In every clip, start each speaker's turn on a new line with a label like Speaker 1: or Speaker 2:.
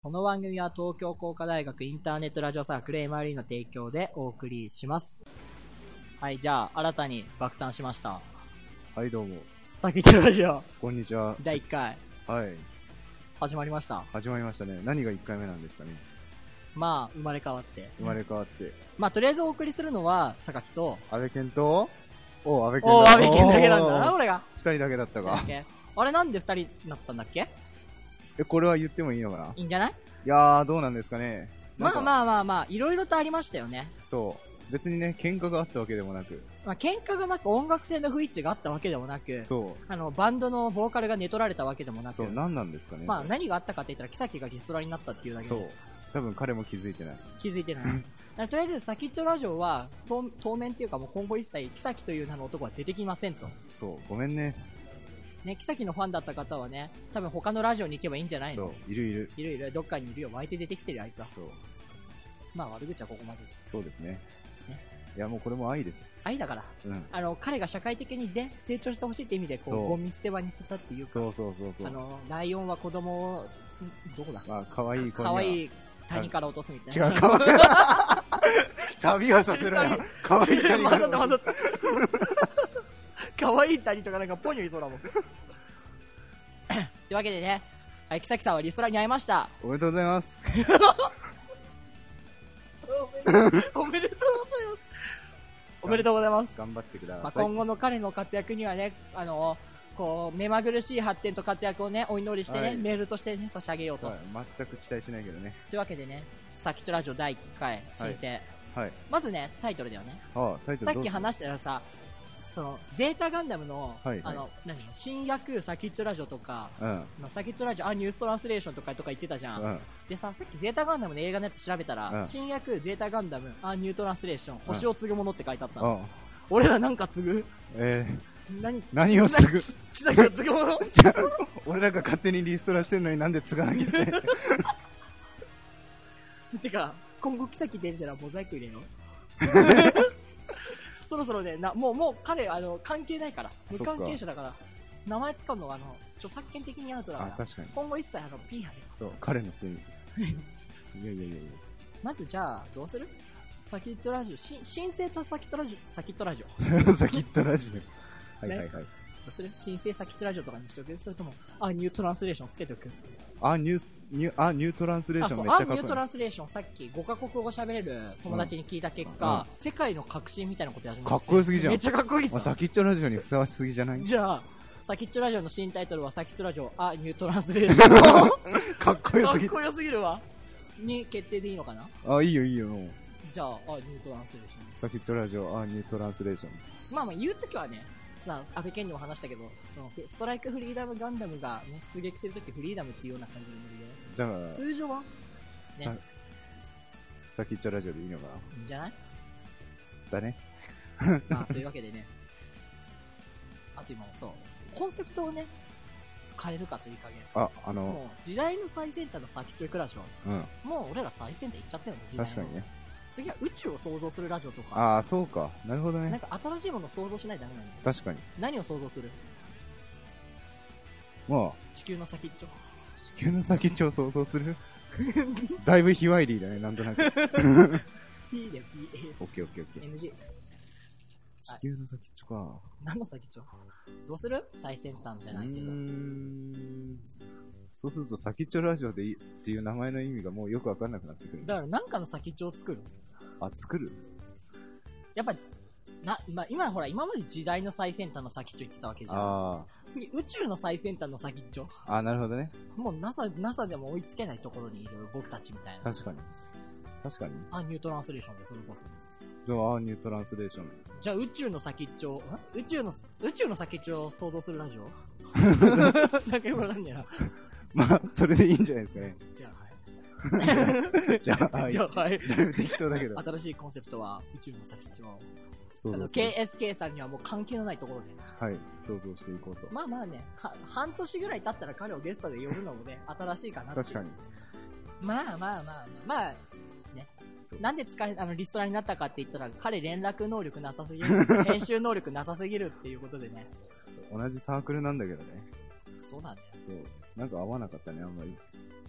Speaker 1: この番組は東京工科大学インターネットラジオサークル MRE の提供でお送りします。はい、じゃあ新たに爆誕しました。
Speaker 2: はい、どうも。
Speaker 1: さきちラジオ。
Speaker 2: こんにちは。
Speaker 1: 第1回。
Speaker 2: はい。
Speaker 1: 始まりました。
Speaker 2: 始まりましたね。何が1回目なんですかね。
Speaker 1: まあ、生まれ変わって。
Speaker 2: ま
Speaker 1: あ、とりあえずお送りするのは、榊と、
Speaker 2: 安倍健と、安倍
Speaker 1: 健だけなんだな、俺が。
Speaker 2: 2人だけだったか。
Speaker 1: あれなんで2人になったんだっけ？
Speaker 2: これは言ってもいいのかな？
Speaker 1: いいんじゃない？
Speaker 2: いやー、どうなんですかね。
Speaker 1: まあ、いろいろとありましたよね。
Speaker 2: そう。別にね、喧嘩があったわけでもなく。
Speaker 1: まあ、喧嘩がなく音楽性の不一致があったわけでもなく、
Speaker 2: そう。
Speaker 1: バンドのボーカルが寝取られたわけでもなく、
Speaker 2: そう、何なんですかね。
Speaker 1: まあ、何があったかって言ったら、キサキがリストラになったっていうだけで。
Speaker 2: そう。多分彼も気づいてない。
Speaker 1: 気づいてない。とりあえず、サキッチョラジオは、当面っていうかもう今後一切、キサキという名の男は出てきませんと。
Speaker 2: そう、ごめんね。
Speaker 1: ね、キサキのファンだった方はね、多分他のラジオに行けばいいんじゃないの？
Speaker 2: そう、いる、
Speaker 1: どっかにいるよ。湧いて出てきてるあいつは。
Speaker 2: そう。
Speaker 1: まあ悪口はここまで。
Speaker 2: そうですね。いや、もうこれも愛です。
Speaker 1: 愛だから。うん。彼が社会的に成長してほしいって意味で、ゴミ捨て場に捨てたっていうか。
Speaker 2: そう。
Speaker 1: ライオンは子供を、どこだ？
Speaker 2: まあ、可愛い子には。
Speaker 1: 可愛い谷から落とすみたいな。
Speaker 2: 違う、可愛い。旅はさせろよ。可愛い谷から。
Speaker 1: 混ざった。可愛い谷とかなんかポニョいそうだもん。というわけでね、はい、木崎さんはリストラに会いました。
Speaker 2: おめでとうございます。
Speaker 1: おめでとうございます。
Speaker 2: 頑張ってください。
Speaker 1: まあ、今後の彼の活躍にはね、目まぐるしい発展と活躍をね、お祈りしてね、はい、メールとしてね、差し上げようと。はい、
Speaker 2: 全く期待しないけどね。
Speaker 1: というわけでね、さきちょラジオ第1回、申請。はい。まずね、タイトルだよね。タイトルさっき話したらさ、ゼータガンダムの、新薬サキッチョラジオとか、サキッチョラジオ、ニューストランスレーションとか言ってたじゃん。でさっきゼータガンダムの映画のやつ調べたら、新薬ゼータガンダム、ニュートランスレーション、星を継ぐものって書いてあったの。俺らなんか継ぐ？
Speaker 2: 何を継ぐ？
Speaker 1: キサキを継ぐもの？
Speaker 2: 俺らが勝手にリストラしてるのになんで継がなきゃいけない？
Speaker 1: てか、今後キサキ出てたらモザイク入れよう。そろそろね、もう彼、関係ないから。無関係者だから。名前使うのは、著作権的にアウトだから。
Speaker 2: 確かに。
Speaker 1: 今後一切、P やね。
Speaker 2: そう、彼のせい。いや。
Speaker 1: まずじゃあ、どうする？サキットラジオ。申請とサキットラジオ。
Speaker 2: サキットラジオ。はい。
Speaker 1: どうする？申請サキットラジオとかにしておく？それとも、ニュートランスレーションつけておく？
Speaker 2: ニュートランスレーションめっちゃかっこいい。
Speaker 1: ニュートランスレーション、さっき5カ国語喋れる友達に聞いた結果、世界の革新みたいなことやる。
Speaker 2: かっこよすぎじゃん。
Speaker 1: めっちゃかっこいいっす。
Speaker 2: サキッチョラジオにふさわしすぎじゃない？
Speaker 1: じゃあ、サキッチョラジオの新タイトルはサキッチョラジオ、ニュートランスレーション。
Speaker 2: かっこよすぎ。
Speaker 1: かっこよすぎるわ。に決定でいいのかな？
Speaker 2: いいよ。
Speaker 1: じゃあ、ニュートランスレーション。
Speaker 2: サキッチョラジオ、ニュートランスレーション。
Speaker 1: まあ言うときはね、安倍健にも話したけど、ストライクフリーダムガンダムが、ね、出撃するときフリーダムっていうような感じのノリで。
Speaker 2: じゃあ、
Speaker 1: 通常は、ね、
Speaker 2: サキッチョラジオでいいのかな？
Speaker 1: いいんじゃない？
Speaker 2: だね。
Speaker 1: というわけでね、あと今そう、コンセプトをね、変えるかという加減。もう時代の最先端のサキッチョクラジオ。もう俺ら最先端行っちゃったよね、時代の。
Speaker 2: 確かにね。
Speaker 1: 次は宇宙を想像するラジオとか。
Speaker 2: そうか。なるほどね。
Speaker 1: なんか新しいものを想像しないとダメなんだよ。
Speaker 2: 確かに。
Speaker 1: 何を想像する？地球の先っちょ。
Speaker 2: 地球の先っちょを想像する？だいぶヒワイリーだね、なんとなく。
Speaker 1: P で PA。
Speaker 2: オッケー。
Speaker 1: NG。
Speaker 2: 地球の先っちょか。
Speaker 1: 何の先っちょ？どうする？最先端じゃないけど。
Speaker 2: そうすると先っちょラジオでっていう名前の意味がもうよくわかんなくなってくる。
Speaker 1: だから何かの先っちょを作る。
Speaker 2: 作る？
Speaker 1: やっぱ今ほら、今まで時代の最先端の先っちょ言ってたわけじゃん。次、宇宙の最先端の先っちょ。
Speaker 2: なるほどね。
Speaker 1: もう NASA でも追いつけないところにいる僕たちみたいな。
Speaker 2: 確かに。
Speaker 1: ニュートランスレーションでそれこそ。
Speaker 2: じゃあ、ニュートランスレーション。
Speaker 1: じゃあ、宇宙の先っちょ、宇宙の先っちょを想像するラジオ？なんかよくわかんねえな。
Speaker 2: まあ、それでいいんじゃないですかね。
Speaker 1: じゃあ、
Speaker 2: はい。だいぶ適当だけど。
Speaker 1: 新しいコンセプトは宇宙の先っちょ。KSK さんにはもう関係のないところで。
Speaker 2: はい。想像していこうと。
Speaker 1: まあね、半年ぐらい経ったら彼をゲストで呼ぶのもね、新しいかなって。
Speaker 2: 確かに。
Speaker 1: まあ、ね。なんでリストラになったかって言ったら、彼連絡能力なさすぎる。編集能力なさすぎるっていうことでね。
Speaker 2: 同じサークルなんだけどね。
Speaker 1: そうなんだよ。
Speaker 2: そう。なんか合わなかったね、あんまり。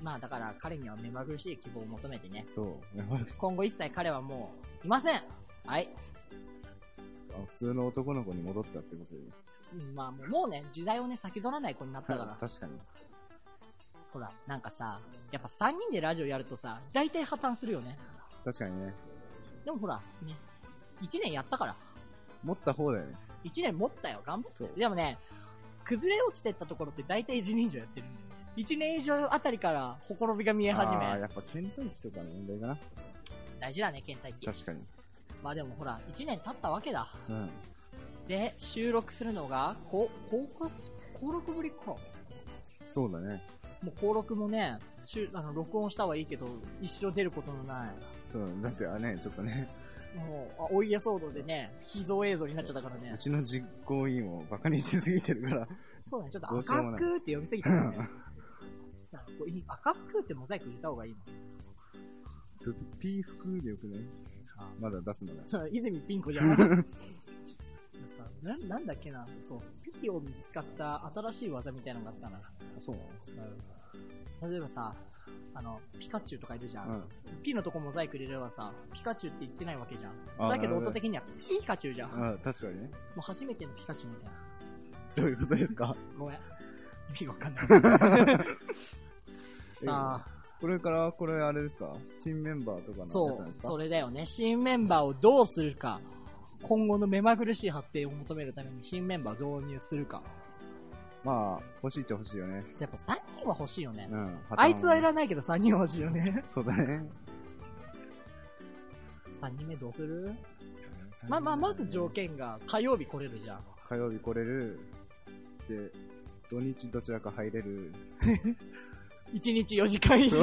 Speaker 1: まあだから彼には目まぐるしい希望を求めてね。
Speaker 2: そう。
Speaker 1: 今後一切彼はもういません。はい。
Speaker 2: 普通の男の子に戻ったってことで。
Speaker 1: まあもうね、時代をね、先取らない子になったから。
Speaker 2: 確かに。
Speaker 1: ほら、なんかさ、やっぱ3人でラジオやるとさ、大体破綻するよね。
Speaker 2: 確かにね。
Speaker 1: でもほら、ね、1年やったから。
Speaker 2: 持った方だよね。
Speaker 1: 1年持ったよ、頑張って。でもね、崩れ落ちてったところって大体1年以上やってるんだよ。1年以上あたりからほころびが見え始め。
Speaker 2: やっぱ倦怠期とかの問題かな。
Speaker 1: 大事だね、倦怠期。
Speaker 2: 確かに。
Speaker 1: まあでもほら、1年経ったわけだ。
Speaker 2: うん。
Speaker 1: で、収録するのが、登録ぶりか。
Speaker 2: そうだね。
Speaker 1: もう登録もね、録音したはいいけど、一生出ることのない。
Speaker 2: そう、だってね、ちょっとね。
Speaker 1: もう、お家騒動でね、秘蔵映像になっちゃったからね。
Speaker 2: うちの実行委員もバカにしすぎてるから。
Speaker 1: そうだね、ちょっと赤服って呼びすぎたからね。赤服ってモザイク入れた方がいいの？
Speaker 2: ピー服でよくね。まだ出すのね。
Speaker 1: そう、泉ピン子じゃん。なんだっけな、そう、ピを見つかった新しい技みたいなのがあったな。
Speaker 2: そう
Speaker 1: なの？例えばさ、ピカチュウとかいるじゃん。ピのとこモザイク入れればさ、ピカチュウって言ってないわけじゃん。だけど音的にはピカチュウじゃん。
Speaker 2: 確かにね。
Speaker 1: もう初めてのピカチュウみたいな。
Speaker 2: どういうことですか？
Speaker 1: ごめん。意味わかんない。さあ。
Speaker 2: これからこれあれですか？新メンバーとかのやつなんですか？
Speaker 1: それだよね。新メンバーをどうするか。今後の目まぐるしい発展を求めるために新メンバーを導入するか。
Speaker 2: まあ、欲しいっちゃ欲しいよね。
Speaker 1: やっぱ3人は欲しいよね。
Speaker 2: うん。
Speaker 1: あいつはいらないけど3人は欲しいよね。
Speaker 2: そうだね。
Speaker 1: 3人目どうする？まず条件が火曜日来れるじゃん。
Speaker 2: 火曜日来れる。で、土日どちらか入れる。
Speaker 1: 1日4時間以上。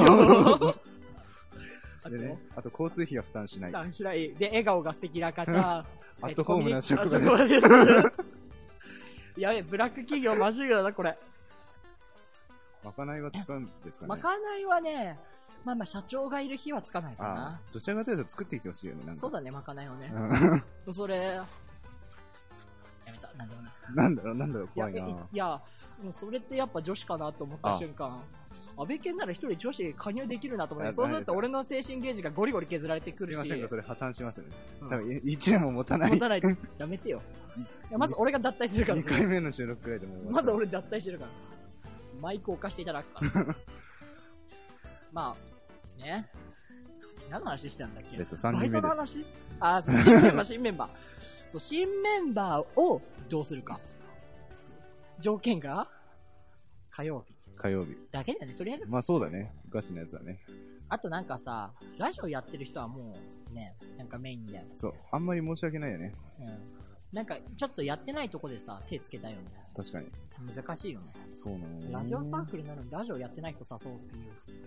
Speaker 2: でね、あと交通費は負担しない。
Speaker 1: 負担しない。で、笑顔が素敵な方。
Speaker 2: アットホームな職場です。
Speaker 1: やべ、ブラック企業マジだな、これ。
Speaker 2: まかないは使うんですかね。
Speaker 1: まかないはね、まあ社長がいる日はつかないかな。
Speaker 2: どちらかというと作ってきてほしいよね、なんか。
Speaker 1: そうだね、まかないをね。それ、やめた、なんだろう、怖いな。いや、それってやっぱ女子かなと思った瞬間。安倍健なら一人女子加入できるなと思って、そうなると俺の精神ゲージがゴリゴリ削られてくるし。
Speaker 2: すいませんが、それ破綻しますよね。多分1年も持たない。
Speaker 1: やめてよ。まず俺が脱退するから。
Speaker 2: 2回目の収録くらいでも
Speaker 1: まず俺脱退してるから。マイクを貸していただくから。まあ、ね。何の話してたんだっけ？
Speaker 2: 3人目です。
Speaker 1: バイトの話？新メンバー。そう、新メンバーをどうするか。条件が火曜日。だけだよね、とりあえず。
Speaker 2: まあそうだね。ガチのやつだね。
Speaker 1: あとなんかさ、ラジオやってる人はもうね、なんかメインだよ。
Speaker 2: そう。あんまり申し訳ないよね。
Speaker 1: うん。なんかちょっとやってないとこでさ、手つけたいよね。
Speaker 2: 確かに。
Speaker 1: 難しいよね。
Speaker 2: そうなの。
Speaker 1: ラジオサークルなのにラジオやってない人誘うっていう。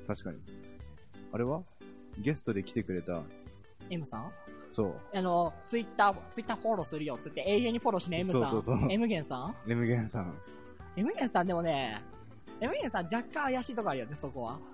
Speaker 2: 確かに。あれはゲストで来てくれた
Speaker 1: M さん？
Speaker 2: そう。
Speaker 1: ツイッターフォローするよ。つって永遠にフォローしね M さん。そう。M ゲンさん？
Speaker 2: M ゲンさん。
Speaker 1: M ゲンさんでもね、M ゲンさん若干怪しいとこあるよね、そこは。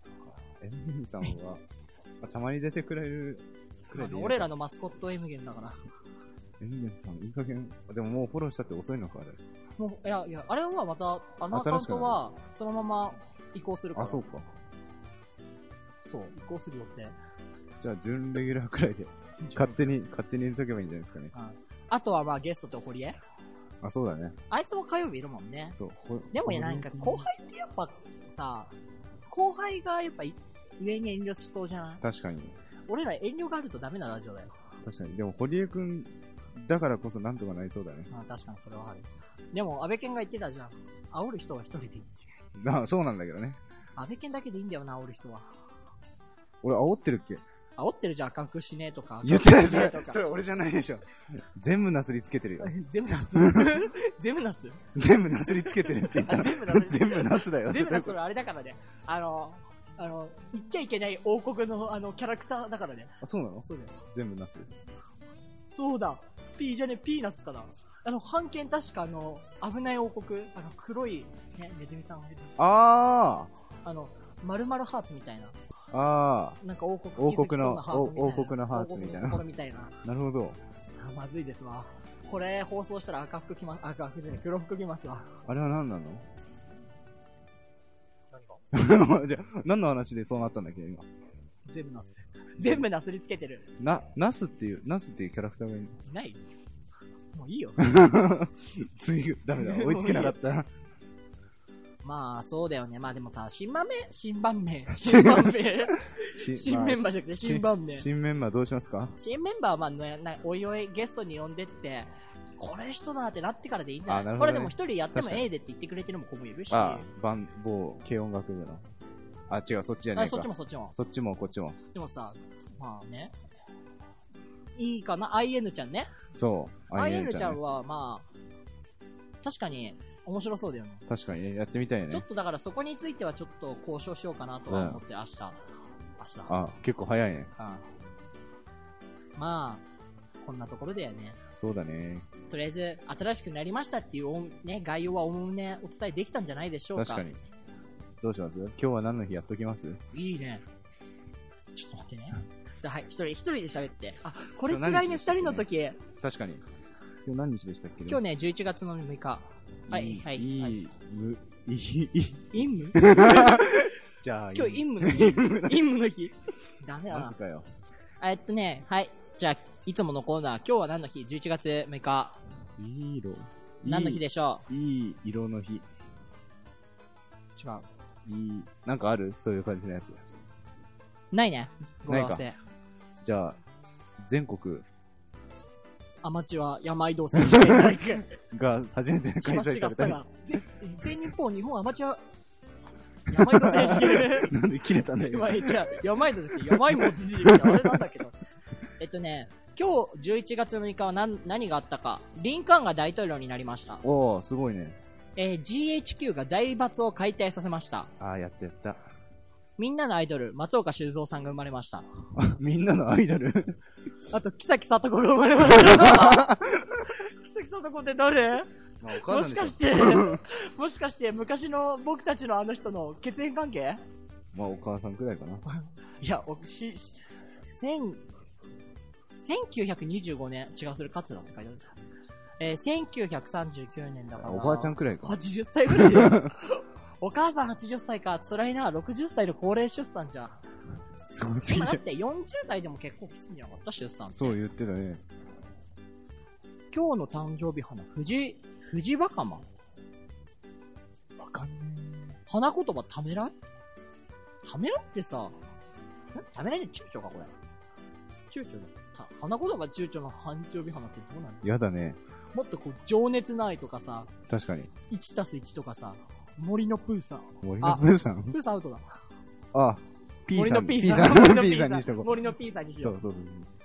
Speaker 2: M ゲンさんは、たまに出てくれるくらいでいい。
Speaker 1: 俺らのマスコット M ゲンだから。
Speaker 2: M ゲンさん、いい加減。でももうフォローしたって遅いのか、あれ。
Speaker 1: もう、いや、あれはまた、アカウントは、そのまま移行するから。
Speaker 2: あ、そうか。
Speaker 1: そう、移行する予定。
Speaker 2: じゃあ、準レギュラーくらいで、勝手に入れとけばいいんじゃないですかね。
Speaker 1: あとはまあ、ゲストと堀江。
Speaker 2: あ、そうだね。
Speaker 1: あいつも火曜日いるもんね。
Speaker 2: そう。
Speaker 1: でもね、なんか後輩ってやっぱさ、後輩がやっぱ上に遠慮しそうじゃない？
Speaker 2: 確かに。
Speaker 1: 俺ら遠慮があるとダメなラジオだよ。
Speaker 2: 確かに。でも堀江くんだからこそなんとかなりそうだね。
Speaker 1: 確かにそれはある。でも安倍健が言ってたじゃん。煽る人は一人でいい。
Speaker 2: そうなんだけどね。
Speaker 1: 安倍健だけでいいんだよな、煽る人は。
Speaker 2: 俺煽ってるっけ？
Speaker 1: 煽ってるじゃん、赤くしねえとか。
Speaker 2: 言ってないそれ俺じゃないでしょ。全部なすりつけてるよ。
Speaker 1: 全部なす全部なす
Speaker 2: 全部なすりつけてるって言ったら。全部なすだよ。
Speaker 1: 全部なすはあれだからね。言っちゃいけない王国のキャラクターだからね。
Speaker 2: あ、そうなの？
Speaker 1: そうだよ。
Speaker 2: 全部なす。
Speaker 1: そうだ。P じゃね、ピーナスかな。半券確か危ない王国、黒い、ね、ネズミさんが出てる。
Speaker 2: ああ。
Speaker 1: 丸々ハーツみたいな。
Speaker 2: ああ。
Speaker 1: なんか王国
Speaker 2: のハーツみたいな。なるほど。
Speaker 1: まずいですわ。これ放送したら赤服着ます。赤服じゃない、黒服着ますわ。
Speaker 2: あれは何なの？ じゃあ、何の話でそうなったんだっけ、今。
Speaker 1: 全部なすりつけてる。
Speaker 2: ナスっていうキャラクターがいる
Speaker 1: の？いないよ。もういいよ。
Speaker 2: ダメだ、追いつけなかった。
Speaker 1: まあ、そうだよね。まあでもさ、新メンバーじゃなくて新番名。
Speaker 2: 新メンバーどうしますか？
Speaker 1: 新メンバーはまあ、おいおいゲストに呼んでって、これ人だってなってからでいいんじゃない？これでも一人やってもええでって言ってくれてるも子もいるし。
Speaker 2: 某軽音楽部の。あ、違う、そっちじゃないか。
Speaker 1: そっちも。
Speaker 2: そっちも、こっちも。
Speaker 1: でもさ、まあね。いいかな？ IN ちゃんね。
Speaker 2: そう。
Speaker 1: IN ちゃんは、まあ、確かに面白そうだよね。
Speaker 2: 確かにね、やってみたいね。
Speaker 1: ちょっとだからそこについてはちょっと交渉しようかなとは思って、明日。
Speaker 2: あ、結構早いね。
Speaker 1: まあ、こんなところだよね。
Speaker 2: そうだね。
Speaker 1: とりあえず、新しくなりましたっていうね、概要はおおむねお伝えできたんじゃないでしょうか。
Speaker 2: 確かに。どうします？今日は何の日やっときます？
Speaker 1: いいね。ちょっと待ってね。じゃあ、はい、一人で喋って。あ、これくらいね、二人の時。
Speaker 2: 確かに。今日何日でしたっけ？
Speaker 1: 今日ね、11月の6日。はい。
Speaker 2: 陰
Speaker 1: 夢
Speaker 2: じゃあ、
Speaker 1: 今日陰夢の日ダメだな。
Speaker 2: マジかよ。
Speaker 1: はい。じゃあ、いつものコーナー、今日は何の日？ 11 月6日。
Speaker 2: いい色。
Speaker 1: 何の日でしょ
Speaker 2: う？いい色の日。違
Speaker 1: う。
Speaker 2: なんかある？そういう感じのやつ。
Speaker 1: ないね。
Speaker 2: ないか。じゃあ、全国
Speaker 1: アマチュア山井道選手権大会
Speaker 2: が初めて開催された。
Speaker 1: 全日本日本アマチュア山井道選手権
Speaker 2: なんで切れたんだよ。
Speaker 1: 山井道じゃなくて山井も出てきた。あれなんだけど。今日11月6日は何があったか。リンカーンが大統領になりました。
Speaker 2: おー、すごいね。
Speaker 1: GHQ が財閥を解体させました。
Speaker 2: あー、やった。
Speaker 1: みんなのアイドル、松岡修造さんが生まれました。
Speaker 2: みんなのアイドル
Speaker 1: あと、木崎聡子が生まれました。木崎聡子って誰？もしかして昔の僕たちのあの人の血縁関係？
Speaker 2: まあ、お母さんくらいかな。
Speaker 3: いや、1925年、違う、それ桂って書いてあるんですよ。1939年だから。
Speaker 2: おばあちゃんくらいか。
Speaker 3: 80歳ぐらいだよ。お母さん80歳か、辛いな、60歳の高齢出産じゃん。
Speaker 2: すごすぎじゃん。
Speaker 3: だって40代でも結構きついんじゃなかった出産って。
Speaker 2: そう言ってたね。
Speaker 3: 今日の誕生日花、藤若間
Speaker 2: わかんね
Speaker 3: え。花言葉ためらいってさ、ためらいで躊躇かこれ。躊躇だ。花言葉躊躇の誕生日花ってどうなの？
Speaker 2: やだね。
Speaker 3: もっとこう、情熱ないとかさ。
Speaker 2: 確かに。
Speaker 3: 1+1とかさ。森のプーさん。
Speaker 2: 森のプーさん？
Speaker 3: プーさんアウトだ。
Speaker 2: あ、
Speaker 3: 森のピーさん。
Speaker 2: にしとこう。
Speaker 3: 森のピーさんにしよう。
Speaker 2: そう。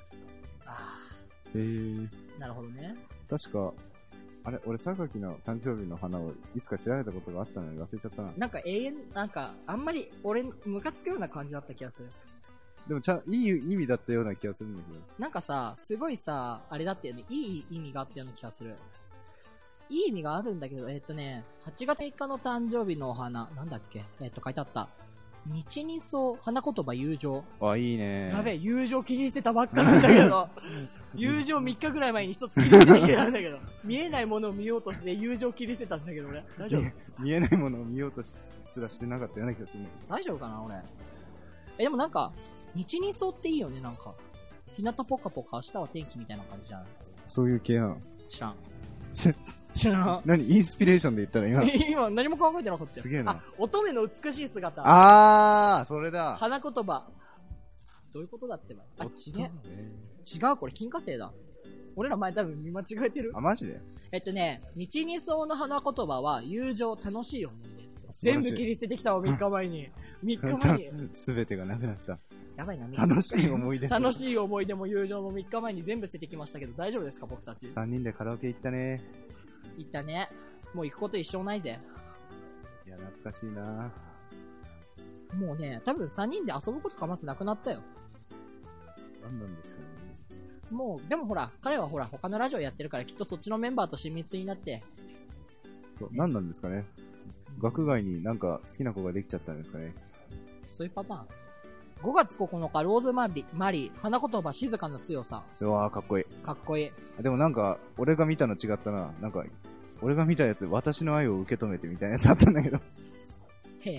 Speaker 3: なるほどね。
Speaker 2: 確か、あれ、俺、榊の誕生日の花をいつか調べたことがあったのに忘れちゃったな。
Speaker 3: なんかあんまり俺、ムカつくような感じだった気がする。
Speaker 2: でもいい意味だったような気がするんだけど。
Speaker 3: なんかさ、すごいさ、あれだったよね。いい意味があったような気がする。いい意味があるんだけど、8月3日の誕生日のお花、なんだっけ書いてあった。日にそう、花言葉友情。
Speaker 2: あ、いいね。
Speaker 3: やべえ、友情切り捨てたばっかなんだけど。友情3日ぐらい前に一つ切り捨ててきたんだけど。見えないものを見ようとして友情切り捨てたんだけど俺。大丈夫？
Speaker 2: 見えないものを見ようとすらしてなかったような気がする。
Speaker 3: 大丈夫かな俺。でもなんか、日にそうっていいよね、なんか。日向ポカポカ明日は天気みたいな感じじゃん。
Speaker 2: そういう系なの？
Speaker 3: 知らん。
Speaker 2: 何インスピレーションで言ったら
Speaker 3: 今何も考えてなかったよ。
Speaker 2: すげえな。
Speaker 3: あ、乙女の美しい姿。
Speaker 2: あー、それだ。
Speaker 3: 花言葉。どういうことだってば。あ、違う、これ金火星だ。俺ら前多分見間違えてる。
Speaker 2: あ、マジで？
Speaker 3: 日にそうの花言葉は友情、楽しい思い出。全部切り捨ててきたわ、3日前に。3日前に。
Speaker 2: すべてがなくなった。
Speaker 3: やばいな、
Speaker 2: 楽しい思い出。
Speaker 3: 楽しい思い出も友情も3日前に全部捨ててきましたけど、大丈夫ですか、僕たち。
Speaker 2: 3人でカラオケ行ったね。
Speaker 3: 行ったね。もう行くこと一生ないぜ。
Speaker 2: いや、懐かしいな。
Speaker 3: もうね、多分3人で遊ぶことがまずなくなったよ。
Speaker 2: 何なんですかね。
Speaker 3: もう、でもほら、彼はほら、他のラジオやってるから、きっとそっちのメンバーと親密になって。
Speaker 2: そう、何なんですかね。学外になんか好きな子ができちゃったんですかね。
Speaker 3: そういうパターン。5月9日、ローズマリー、花言葉、静かな強さ。
Speaker 2: うわー、かっこいい。
Speaker 3: かっこいい。
Speaker 2: でもなんか、俺が見たの違ったな。なんか、俺が見たやつ、私の愛を受け止めてみたいなやつあったんだけど。
Speaker 3: へー。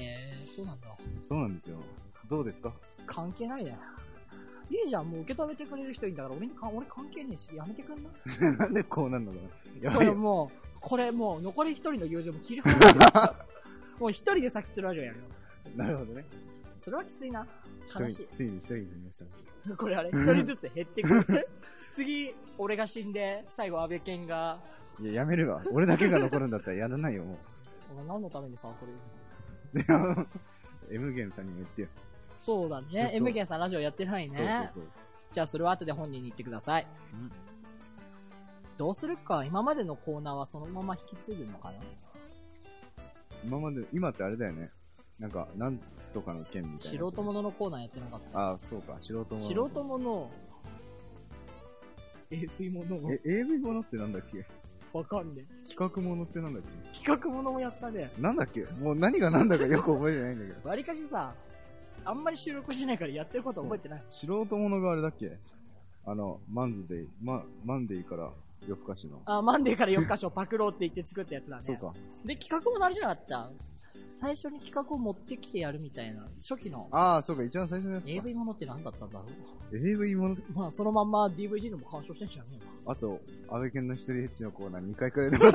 Speaker 3: そうなんだ。
Speaker 2: そうなんですよ。どうですか？
Speaker 3: 関係ないね。いいじゃん、もう受け止めてくれる人いいんだから俺関係ねえし、やめてくんな。
Speaker 2: なんでこうなんのかな。
Speaker 3: これもう残り一人の友情も切り離す。もう一人で先っちょラジオやるよ。
Speaker 2: なるほどね。
Speaker 3: それはきついな。悲しい。
Speaker 2: ついに一人になりましたね。
Speaker 3: これあれ、一人ずつ減ってくる。次、俺が死んで、最後安倍健が。
Speaker 2: いや、やめるわ。俺だけが残るんだったらやらないよ、もう。
Speaker 3: お前何のためにさ、これ。
Speaker 2: M ゲンさんにも言ってよ。
Speaker 3: そうだね。M ゲンさんラジオやってないね。そう。じゃあそれは後で本人に言ってください。どうするか。今までのコーナーはそのまま引き継ぐのかな。
Speaker 2: 今ってあれだよね。なんか、なんとかの件みたいな。
Speaker 3: 素人もののコーナーやってなかった。
Speaker 2: ああ、そうか。素人もの。AV もの。AV ものってなんだっけ？
Speaker 3: わかんね
Speaker 2: え。企画ものってなんだっけ？
Speaker 3: 企画ものもやったね。
Speaker 2: なんだっけ？もう何が何だかよく覚えてないんだけど。
Speaker 3: わりかしさ、あんまり収録しないからやってること覚えてない。
Speaker 2: 素人ものがあれだっけ？マンデーから夜更かしの。
Speaker 3: マンデーから夜更かしをパクろうって言って作ったやつだね。
Speaker 2: そうか。
Speaker 3: で、企画もあれじゃなかった？最初に企画を持ってきてやるみたいな、初期の。
Speaker 2: ああ、そうか、一番最初のやつか。
Speaker 3: AV ものって何だったんだろう。
Speaker 2: AV もの？
Speaker 3: まあ、そのまんま DVD でも鑑賞してんじゃねえよ。
Speaker 2: あと、安倍健の一人エッチのコーナー2回くらいでも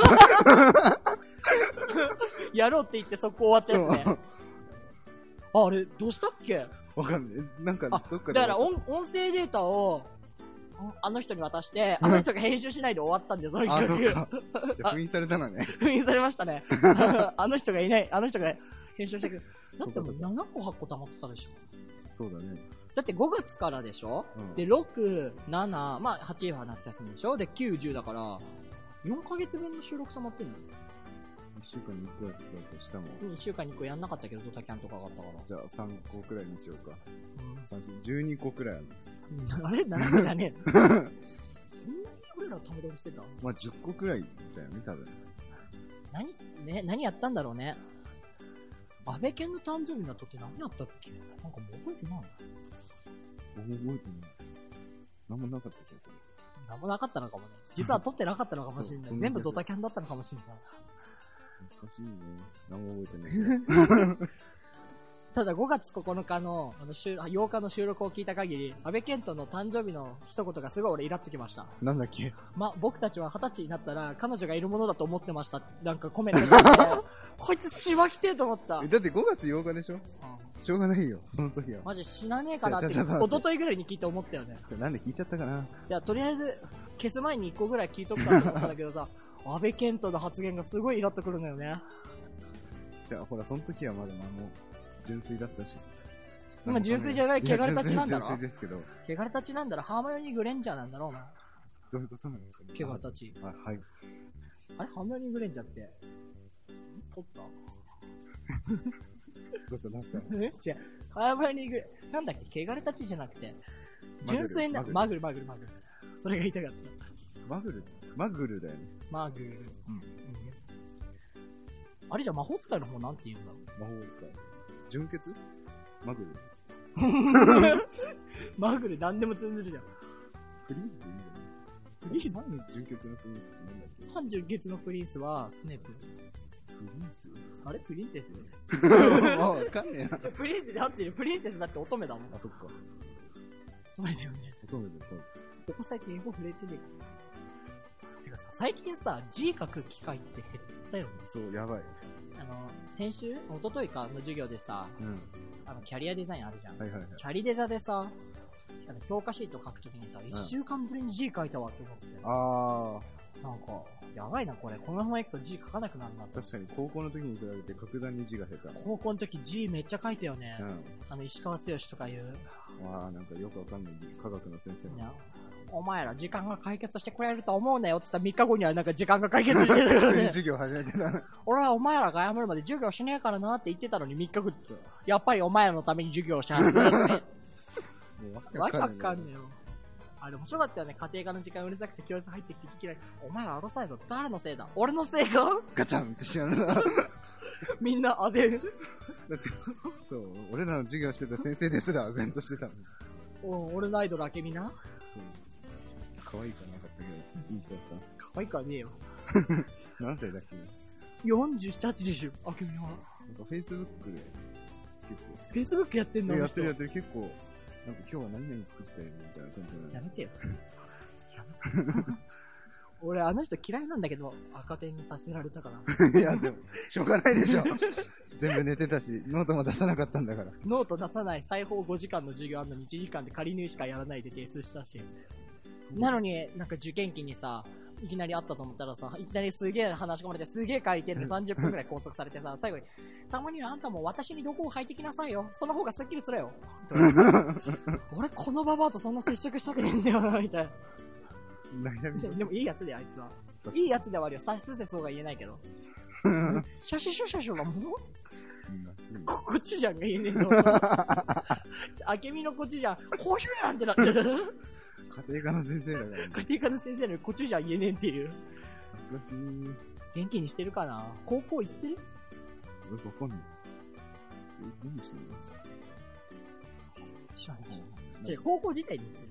Speaker 3: やろうって言って速攻終わったやつね。あれ、どうしたっけ？
Speaker 2: わかんない。なんか、どっかで。
Speaker 3: だから音声データを、あの人に渡して、あの人が編集しないで終わったんで、その企画。
Speaker 2: あ、そうか。じゃあ封印されたのね。
Speaker 3: 封印されましたね。あの人がいない。あの人が編集してくる。だってもう7個8個溜まってたでしょ。
Speaker 2: そうだね。
Speaker 3: だって5月からでしょ、で、6、7、まあ8は夏休みでしょで、9、10だから、4ヶ月分の収録溜まってんの？
Speaker 2: 1週間に1個やってたとしたもん。
Speaker 3: 1週間に1個やんなかったけど、ドタキャンとかがあったから。
Speaker 2: じゃあ3個くらいにしようか。12個くらいある。
Speaker 3: あれ何個じゃねえのそんなに俺ら食べ取してた？
Speaker 2: まあ10個くらいだよね、多分。
Speaker 3: 何やったんだろうね。安倍健の誕生日の時何やったっけ？なんかもう覚えてない。
Speaker 2: 覚えてない。何もなかった気がする。
Speaker 3: 何もなかったのかもね。実は撮ってなかったのかもしれない。全部ドタキャンだったのかもしれない。
Speaker 2: 難しいね。何も覚えてない。
Speaker 3: ただ5月9日の8日の収録を聞いた限り、安倍健人の誕生日の一言がすごい俺イラっときました。
Speaker 2: なんだっけ？
Speaker 3: 僕たちは20歳になったら彼女がいるものだと思ってましたってなんかコメントしてて、こいつしばきてえと思った。
Speaker 2: だって5月8日でしょ？しょうがないよ、その時は。
Speaker 3: マジ死なねえかなって、一昨日ぐらいに聞いて思ったよね。
Speaker 2: なんで聞いちゃったかな？
Speaker 3: いや、とりあえず、消す前に1個ぐらい聞いとくかと思ったんだけどさ、安倍健人の発言がすごいイラっとくるんだよね。
Speaker 2: じゃあ、ほら、その時はまだもう、純粋だったし。
Speaker 3: 今純粋じゃない、汚れたちなんだろ？
Speaker 2: 純粋ですけど。
Speaker 3: 汚れたちなんだろ？ハーマイオニー・グレンジャーなんだろうな。
Speaker 2: どういうことなんですかね？
Speaker 3: 汚れたち。
Speaker 2: はい。
Speaker 3: あれハーマイオニー・グレンジャーって、取った
Speaker 2: どうした
Speaker 3: 違う。ハーマイオニー・グレン、なんだっけ？汚れたちじゃなくて、純粋な、マグル。それが言いたかった。
Speaker 2: マグルだよね。
Speaker 3: マグル。あれじゃ魔法使いの方なんて言うんだろう？
Speaker 2: 魔法使い。純血？マグル
Speaker 3: マグル何でも通ずるじゃん。
Speaker 2: プリンスでいいんだよね。プリンス何？純血のプリンスって何だっけ？
Speaker 3: 半純血のプリンスはスネープ。
Speaker 2: プリンス？あれ
Speaker 3: プリンセス
Speaker 2: わかんねえな。
Speaker 3: プリンスで合ってる。プリンセスだって乙女だもん。
Speaker 2: あ、そっか。
Speaker 3: 乙女だよね。
Speaker 2: 乙女だよ。
Speaker 3: ここ最近英語触れてねえから。てかさ、最近さ、字書く機会って減ったよね。
Speaker 2: そう、やばい。
Speaker 3: 先週一昨日かの授業でさ、キャリアデザインあるじゃん。キャリデザでさ、評価シート書くときにさ、1週間ぶりに字書いたわって思って。なんか、やばいなこれ。このまま行くと字書かなくなるな。
Speaker 2: 確かに高校の時に比べて格段に字が下手。
Speaker 3: 高校の時字めっちゃ書いたよね。石川剛とかいう。
Speaker 2: なんかよくわかんない科学の先生の。
Speaker 3: お前ら時間が解決してくれると思うなよって言ったら3日後にはなんか時間が解決してたからね。
Speaker 2: 授業始めてた。
Speaker 3: 俺はお前らが謝るまで授業しねえからなって言ってたのに3日後って。やっぱりお前らのために授業し始めるって。わけわかんねえよ。あれ面白かったよね。家庭科の時間うるさくて教室入ってきて聞きない。お前らうるさいぞ。誰のせいだ？俺のせいか？
Speaker 2: ガチャンってしまうな。
Speaker 3: みんなあぜん。だって、
Speaker 2: そう、俺らの授業してた先生ですらあぜんとしてた
Speaker 3: の。俺のアイドルあけみな。
Speaker 2: 可愛いかなかったけど、いい子だっ
Speaker 3: た。可愛いかねえよ。
Speaker 2: 何歳だっけ？
Speaker 3: 47、80でしょ、あけみは。
Speaker 2: なんか Facebook で結
Speaker 1: 構。Facebook やってんの？
Speaker 2: やってる結構、なんか今日は何々作ったよみたいな感じじゃない？
Speaker 1: やめてよ。俺あの人嫌いなんだけど、赤点にさせられたから。
Speaker 2: いやでも、しょうがないでしょ。全部寝てたし、ノートも出さなかったんだから。
Speaker 1: ノート出さない、裁縫5時間の授業あんのに1時間で仮縫いしかやらないで提出したし。なのに、なんか受験期にさ、いきなり会ったと思ったらさ、いきなりすげえ話し込まれて、すげえ書いてるで30分くらい拘束されてさ、最後に、たまにはあんたも私にどこを吐いてきなさいよ。その方がスッキリするよ。俺このババアとそんな接触したくねえんだよな、みたいな。でもいいやつであいつは。いいやつではあるよ。差しすせそうが言えないけど。写真書写真なものこっちじゃんが言えねえの。あけみのこっちじゃん。こうしようやんってなってる。
Speaker 2: 家庭科の先生だからね。
Speaker 1: 家庭科の先生のこっちじゃん言えねえっていう。
Speaker 2: 懐かしい。
Speaker 1: 元気にしてるかな？高校行ってる？
Speaker 2: 俺わかんない。何してんの？
Speaker 1: 知らない。違う、高校自体に行ってる。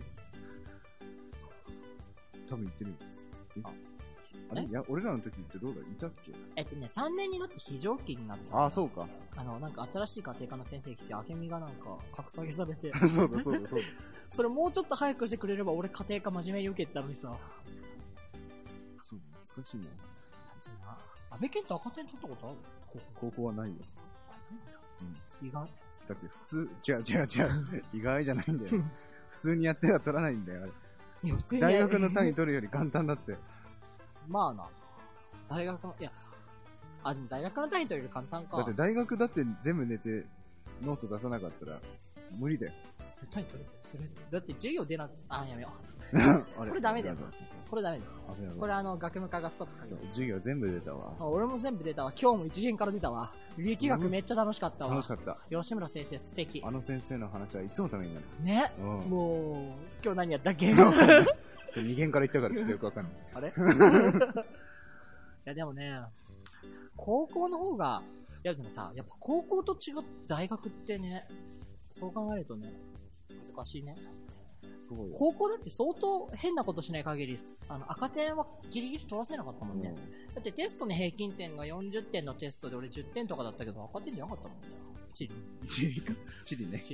Speaker 2: 多分行ってるよ。あれいや、俺らの時ってどうだいたっけ
Speaker 1: 3年になって非常勤になった。
Speaker 2: あ、そうか。
Speaker 1: なんか新しい家庭科の先生来て、あけみがなんか、格下げされて。
Speaker 2: そうだ。
Speaker 1: それもうちょっと早くしてくれれば俺家庭科真面目に受けてたのにさ。
Speaker 2: そう、難しいな。
Speaker 1: 安倍健と赤点取ったことある？
Speaker 2: 高校はないよ。
Speaker 1: 意外。
Speaker 2: だって普通、違う。意外じゃないんだよ。普通にやっては取らないんだよ、あれ。
Speaker 1: いや、普通に。
Speaker 2: 大学の単位取るより簡単だって。
Speaker 1: まあな。大学の単位取るより簡単か。
Speaker 2: だって大学だって全部寝て、ノート出さなかったら、無理だよ。
Speaker 1: 単位取れてそれだって授業出なく、やめよう。これダメだよ。これダメだよ。これ学務課がストップかける。
Speaker 2: 授業全部出たわ。
Speaker 1: 俺も全部出たわ。今日も一限から出たわ。力学めっちゃ楽しかったわ。
Speaker 2: 楽しかった。
Speaker 1: 吉村先生素敵。
Speaker 2: あの先生の話はいつもためになる。
Speaker 1: ね。もう、今日何やったっけ
Speaker 2: 2限から行ったからちょっとよくわかんない。
Speaker 1: あれいやでもね、高校の方が、いやでもさ、やっぱ高校と違って大学ってね、そう考えるとね、難しいね。
Speaker 2: そうよ。
Speaker 1: 高校だって相当変なことしない限り、赤点はギリギリ取らせなかったもんね。だってテストの平均点が40点のテストで俺10点とかだったけど赤点じゃなかったもんね。地理ね。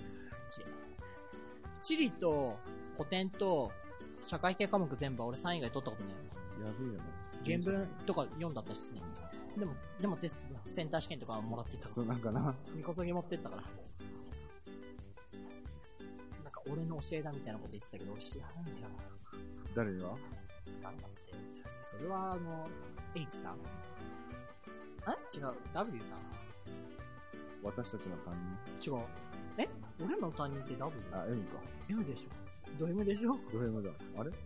Speaker 1: 地理と古典と社会系科目全部俺3位以外取ったことない。
Speaker 2: やべえよね。
Speaker 1: 原文とか4だったしね。でもテスト、センター試験とかはもらってた。
Speaker 2: そうなんかな。
Speaker 1: みこそぎ持ってったから。なんか俺の教えだみたいなこと言ってたけど、俺知らないんだよ。
Speaker 2: 誰が？
Speaker 1: なんだって。それはH さん？違う、W さん。
Speaker 2: 私たちの担
Speaker 1: 任？違う。俺の担任って W？
Speaker 2: あ、M か。
Speaker 1: M でしょ。ド M でしょ？
Speaker 2: ド M だ。あれ？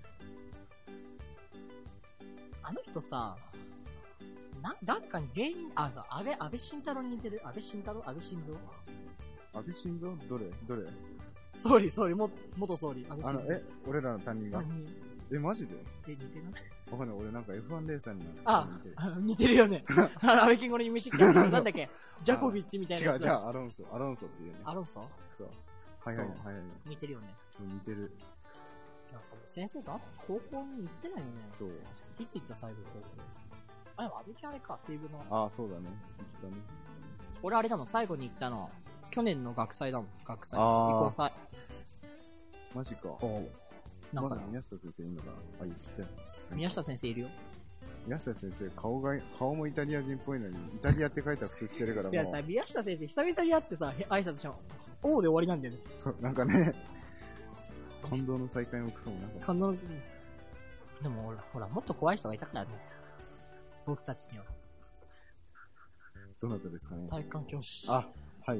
Speaker 1: あの人さ、誰かに原因、安倍晋太郎に似てる。安倍晋三？
Speaker 2: 安倍晋三？どれ
Speaker 1: 総理、元総理。
Speaker 2: 俺らの担任が。マジで？
Speaker 1: 似てない？
Speaker 2: わかんない。俺なんか F1 レーサーに
Speaker 1: 似てるよね。安倍健吾の夢識ってなんだっけ？ジャコビッチみたいな。
Speaker 2: 違う、アロンソっていうね。
Speaker 1: アロンソ？
Speaker 2: そう。早い。
Speaker 1: 似てるよね。
Speaker 2: そう、似てる。
Speaker 1: なんか先生と高校に行ってないよね。
Speaker 2: そう。
Speaker 1: いつ行った最後高校？でも安倍健あれか、水分の。
Speaker 2: そうだね。
Speaker 1: 俺あれだもん、最後に行ったの。去年の学祭だもん、学祭。移行祭。
Speaker 2: マジか。なんか宮下先生いるのかな？知ってる。
Speaker 1: 宮下先生いるよ。
Speaker 2: 宮下先生、顔もイタリア人っぽいのに、イタリアって書いた服着てるからもう。
Speaker 1: いやさ、宮下先生久々に会ってさ、挨拶しても、おーで終わりなんだよね。
Speaker 2: そう、なんかね、感動の再会もクソもなかった。
Speaker 1: 感動の、でもほら、もっと怖い人がいたからね。僕たちには。
Speaker 2: どなたですかね？
Speaker 1: 体育館教師。
Speaker 2: はい。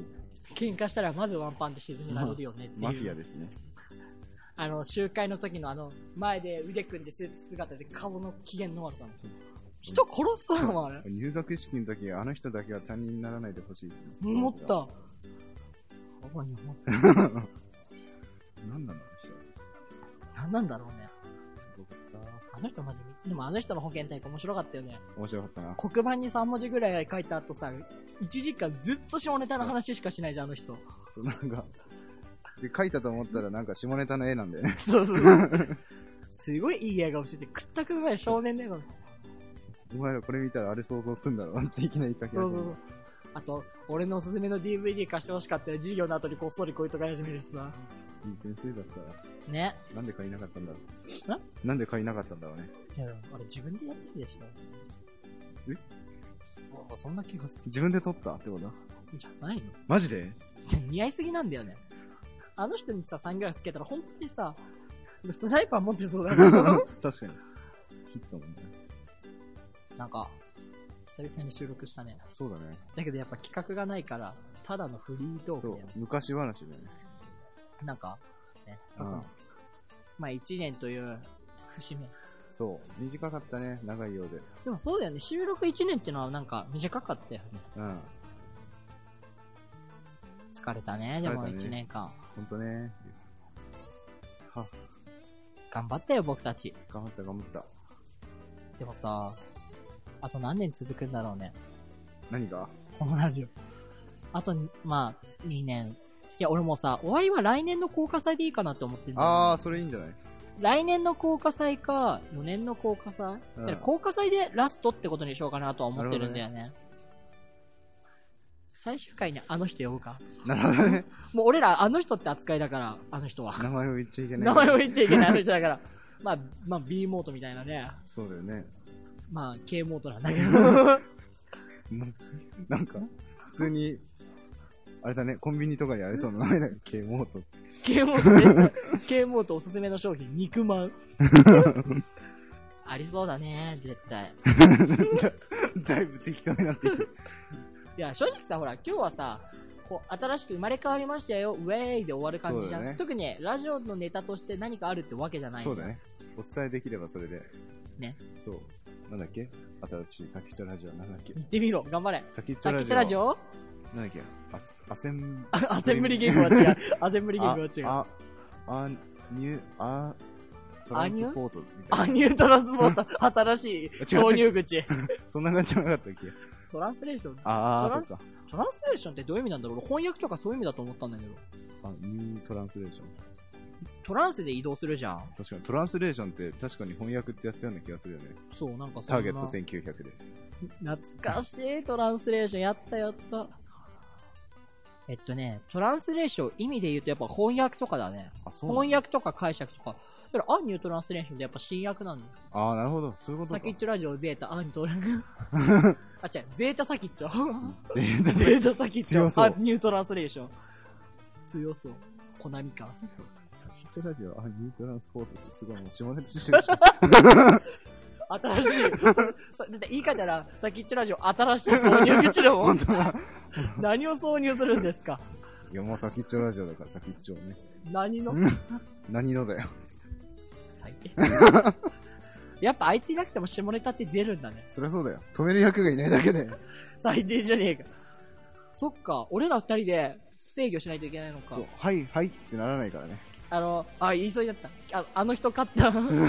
Speaker 1: 喧嘩したらまずワンパンで沈められるよねっていう。
Speaker 2: マフィアですね。
Speaker 1: 集会の時の前で腕組んでスーツ姿で顔の機嫌の悪さなんですよ。人殺したのもあれ。
Speaker 2: 入学式の時、あの人だけは担任にならないでほしいって
Speaker 1: 思った。
Speaker 2: なん
Speaker 1: なんだろうね。あの人マジでもあの人の保健体育面白かったよね。
Speaker 2: 面白かったな。
Speaker 1: 黒板に3文字ぐらい書いた後さ、1時間ずっと下ネタの話しかしないじゃん、あの人。
Speaker 2: そう、なんか、で、書いたと思ったらなんか下ネタの絵なんだよね。
Speaker 1: そう。すごいいい映画をしてて、くったくうまい少年だよ。
Speaker 2: お前らこれ見たらあれ想像すんだろうっていきなり書き始めた。
Speaker 1: あと、俺のおすすめの DVD 貸してほしかったら授業の後にこっそりこいとか始めるしさ。
Speaker 2: いい先生だったら。
Speaker 1: ね。
Speaker 2: なんで借りなかったんだろう。なんで借りなかったんだろうね。
Speaker 1: いや、あれ自分でやってるでしょ。そんな気がする。
Speaker 2: 自分で撮ったってこと
Speaker 1: じゃないの？
Speaker 2: マジで？
Speaker 1: 似合いすぎなんだよね。あの人にさ、サングラスつけたら本当にさ、スナイパー持ってそうだよ。確かに。
Speaker 2: ヒットもね。
Speaker 1: なんか、久々に収録したね。
Speaker 2: そうだね。
Speaker 1: だけどやっぱ企画がないから、ただのフリートークだよね。
Speaker 2: そう、昔話だよね。
Speaker 1: なんか、ね、まあ1年という節目。
Speaker 2: そう、短かったね、長いようで。
Speaker 1: でもそうだよね、収録1年ってのはなんか短かったよね。
Speaker 2: うん。
Speaker 1: 疲れたね、でも1年間。
Speaker 2: ほんとね。は
Speaker 1: 頑張ったよ、僕たち。
Speaker 2: 頑張った。
Speaker 1: でもさ、あと何年続くんだろうね。
Speaker 2: 何が？
Speaker 1: このラジオ。あと、まあ、2年。いや、俺もさ、終わりは来年の高化祭でいいかなって思ってんだよ、ね。
Speaker 2: あー、それいいんじゃない？
Speaker 1: 来年の高化祭か、4年の高化祭、うん、高化祭でラストってことにしようかなとは思ってるんだよね。最終回にあの人呼ぶか。
Speaker 2: なるほどね。
Speaker 1: もう俺らあの人って扱いだから、あの人は。
Speaker 2: 名前を言っちゃいけない。
Speaker 1: 名前を言っちゃいけないあの人だから。まあ B モートみたいなね。
Speaker 2: そうだよね。
Speaker 1: まあ K モートなんだけど。
Speaker 2: なんか、普通に、あれだね、コンビニとかにありそうな名前だよ。K モート。
Speaker 1: K モート、K モートおすすめの商品、肉まん。ありそうだね、絶対。
Speaker 2: だいぶ適当になっていく。
Speaker 1: いや、正直さ、ほら、今日はさ、こう、新しく生まれ変わりましたよ、ウェーイで終わる感じじゃん。ね、特に、ラジオのネタとして何かあるってわけじゃない。
Speaker 2: そうだね。お伝えできればそれで。
Speaker 1: ね。
Speaker 2: そう。なんだっけ？新しい先っちょラジオなんだっけ？
Speaker 1: 言ってみろ、頑張れ。
Speaker 2: 先っちょラジオ。
Speaker 1: 先っちょラジオ？
Speaker 2: なんだっけ？アセ
Speaker 1: ンブリ言語は違う。アセンブリ言語は違う。
Speaker 2: トランスポートみたいな。
Speaker 1: アニュートランスポート、新しい挿入口。
Speaker 2: そんな感じじゃなかったっけ？
Speaker 1: トランスレーション。トランスレーションってどういう意味なんだろう？翻訳とかそういう意味だと思ったんだけど。
Speaker 2: ニュートランスレーション。
Speaker 1: トランスで移動するじゃん。
Speaker 2: 確かにトランスレーションって確かに翻訳ってやったような気がするよね。
Speaker 1: そう、なんか
Speaker 2: ターゲット1900で。
Speaker 1: 懐かしい、トランスレーションやった。トランスレーション意味で言うとやっぱ翻訳とかだね。翻訳とか解釈とか。だからアンニュートランスレーションってやっぱ新訳なんだよ。
Speaker 2: ああ、なるほど。そういうことか。
Speaker 1: サキッチョラジオ、ゼータ、アンニュートランあ、違う、ゼータサキッチョ。
Speaker 2: ゼ
Speaker 1: ータサキッチョ。アンニュートランスレーション。強そう。コナミか。
Speaker 2: サキッチョラジオ、アンニュートランスポートってすごいもう下ネタしてるでしょ。
Speaker 1: 新しい。言い方ら、サキッチョラジオ、新しい挿入口だもん。
Speaker 2: 本当だ。
Speaker 1: 何を挿入するんですか？
Speaker 2: いや、もうサキッチョラジオだから、サキッチョね。
Speaker 1: 何の
Speaker 2: 何のだよ。
Speaker 1: 最低。やっぱあいついなくても下ネタって出るんだね。
Speaker 2: そりゃそうだよ。止める役がいないだけで。
Speaker 1: 最低じゃねえか。そっか、俺ら二人で制御しないといけないのか。
Speaker 2: そう、はいってならないからね。
Speaker 1: 言いそうになった。あの人勝った。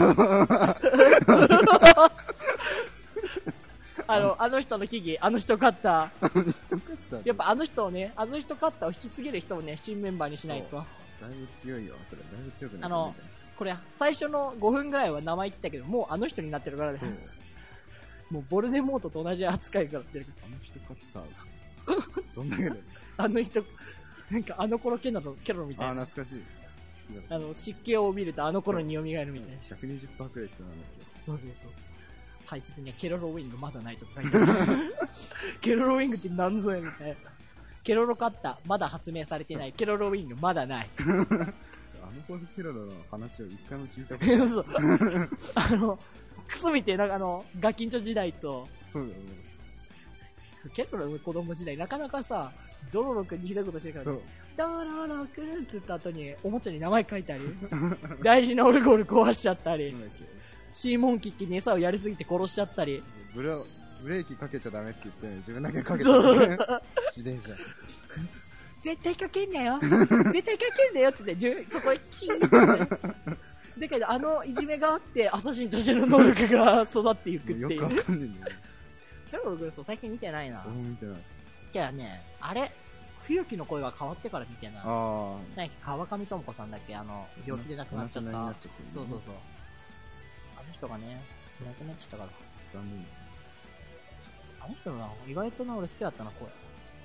Speaker 1: あの人の危機、あの人勝った。やっぱあの人勝ったを引き継げる人をね、新メンバーにしないと。
Speaker 2: だいぶ強いよ、それ。だいぶ強くなる。
Speaker 1: これ、最初の5分ぐらいは名前言ってたけど、もうあの人になってるからね。もうボルデモートと同じ扱いからってるから。
Speaker 2: あの人勝った。どんだけだよ。
Speaker 1: あの人、なんかあの頃ケロロみたいな。
Speaker 2: 懐かしい。
Speaker 1: 湿気を帯びるとあの頃に蘇るみたいな。
Speaker 2: 120%くらい必要なんだっけ。
Speaker 1: そう。大切にはケロロウィングまだないとか書いてある。ケロロウィングって何ぞやみたいな。ケロロカッタまだ発明されてない。ケロロウィングまだない。
Speaker 2: あの頃ケロロの話を一回も聞いたことない。
Speaker 1: そう。クソみてえな、ガキンチョ時代と。
Speaker 2: そうだよね。
Speaker 1: ケロロの子供時代なかなかさ、ドロロ君にひどいことしてるから、ね、ドロロ君っつった後におもちゃに名前書いたり、大事なオルゴール壊しちゃったり、シーモンキッキに餌をやりすぎて殺しちゃったり。
Speaker 2: ブレーキかけちゃダメって言ってね、自分だけかけちゃダメ。自転車。
Speaker 1: 絶対かけんなよ絶対かけんなよっつって、そこへキーッって。だけどいじめがあって、アサシンとしての能力が育っていくっていう。
Speaker 2: よくわかんねえんだよ。
Speaker 1: ケロロ軍曹最近見てないな。
Speaker 2: 見てない。
Speaker 1: じゃあね、冬木の声が変わってから見てない。川上智子さんだっけ病気で亡くなっちゃった。そう。あの人がね、いなくなっちゃったから。
Speaker 2: 残念。
Speaker 1: あの人の意外と俺好きだったな、声。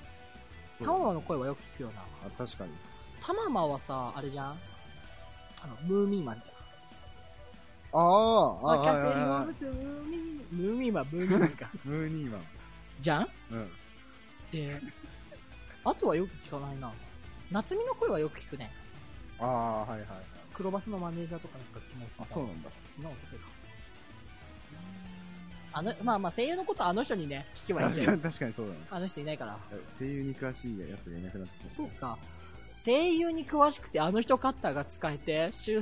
Speaker 1: タママの声はよく聞くよな。
Speaker 2: あ、確かに。
Speaker 1: タママはさ、あれじゃん、ムーミーマンじ
Speaker 2: ゃん。ああ、
Speaker 1: 任せる動物、ムーミーマンか。
Speaker 2: ムーニーマン。
Speaker 1: じゃん。
Speaker 2: うん。
Speaker 1: で、あとはよく聞かないな。夏美の声はよく聞くね。
Speaker 2: ああ、はいはいはい。
Speaker 1: 黒バスのマネージャーとかなんか気持ちいい。
Speaker 2: あ、そうなんだ。
Speaker 1: 昨日おとといか。まあ声優のことあの人にね、聞けばいいんじゃない。
Speaker 2: 確かにそうだね。
Speaker 1: あの人いないから。
Speaker 2: 声優に詳しいやつがいなくなってきた。
Speaker 1: そうか。声優に詳しくてあの人カッターが使えて、週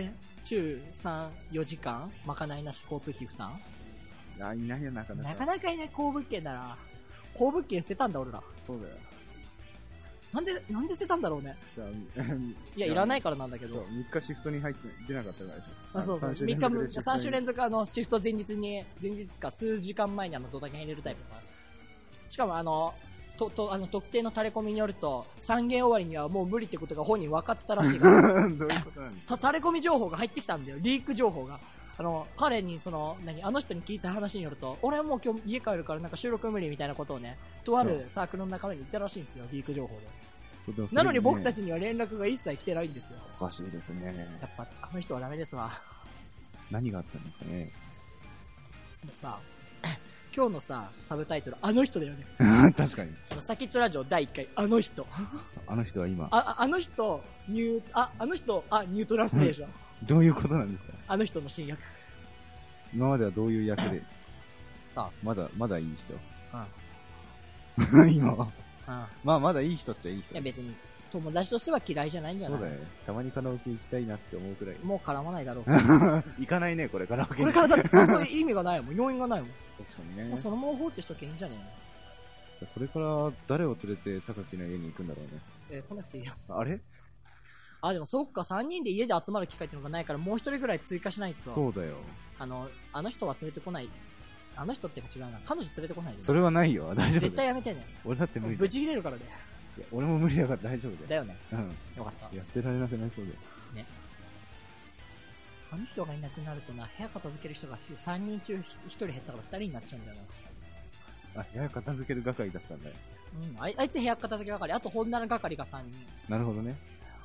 Speaker 1: 3、4時間まかないなし交通費負担。
Speaker 2: いや、いないよ、なかなか。
Speaker 1: なかなかいない公物件だな。公物件捨てたんだ、俺ら。
Speaker 2: そうだよ。
Speaker 1: なんで捨てたんだろうね。いや、いらないからなんだけど。
Speaker 2: 3日シフトに入って出なかったからでしょ。
Speaker 1: あ、そうそう。3週連続シフト前日か数時間前にドタキャン入れるタイプだから。しかも特定のタレコミによると、3限終わりにはもう無理ってことが本人分かってたらしいから。
Speaker 2: どういうことなんですか？
Speaker 1: タレコミ情報が入ってきたんだよ。リーク情報が。彼にあの人に聞いた話によると、俺はもう今日家帰るからなんか収録無理みたいなことをね、とあるサークルの仲間に言ったらしいんですよ、リーク情報で。なのに僕たちには連絡が一切来てないんですよ。
Speaker 2: おかしいですね。
Speaker 1: やっぱ、あの人はダメですわ。
Speaker 2: 何があったんですかね。
Speaker 1: もうさ、今日のさ、サブタイトル、あの人だよね。
Speaker 2: 確かに。
Speaker 1: サキッチョラジオ第1回、あの人。
Speaker 2: あの人は今。
Speaker 1: あの人、ニュートランスレーション。
Speaker 2: どういうことなんですか？
Speaker 1: あの人の新役。
Speaker 2: 今まではどういう役で
Speaker 1: さあ。
Speaker 2: まだいい人。
Speaker 1: うん。
Speaker 2: 今は。まあ、まだいい人っちゃいい人。
Speaker 1: いや別に、友達としては嫌いじゃないんじゃない？
Speaker 2: そうだよね。たまにカラオケ行きたいなって思うくらい。
Speaker 1: もう絡まないだろう。
Speaker 2: 行かないね、これカラオケ。
Speaker 1: これからだってそういう意味がないもん。要因がないもん。
Speaker 2: 確かにね。
Speaker 1: もうそのまま放置しときゃいいんじゃねえの？
Speaker 2: じゃあこれから誰を連れて榊の家に行くんだろうね。
Speaker 1: 来なくていいよ。
Speaker 2: あれ？
Speaker 1: でもそっか、3人で家で集まる機会っていうのがないから、もう1人ぐらい追加しないと。
Speaker 2: そうだよ。
Speaker 1: あの人は連れてこない。あの人っていうか違うな。彼女連れてこないで。
Speaker 2: それはないよ。大丈夫。
Speaker 1: 絶対やめてね。
Speaker 2: 俺だって無理だ。
Speaker 1: ぶち切れるからね。
Speaker 2: いや、俺も無理だから大丈夫だよ。
Speaker 1: だよね。
Speaker 2: うん。
Speaker 1: よかった。
Speaker 2: やってられなくなりそうだよ。
Speaker 1: ね。あの人がいなくなるとな、部屋片付ける人が3人中1人減ったから2人になっちゃうんだよ
Speaker 2: な。あ、部屋片付ける係だったんだよ。
Speaker 1: うん。あいつ部屋片付け係、あと本棚係が3人。
Speaker 2: なるほどね。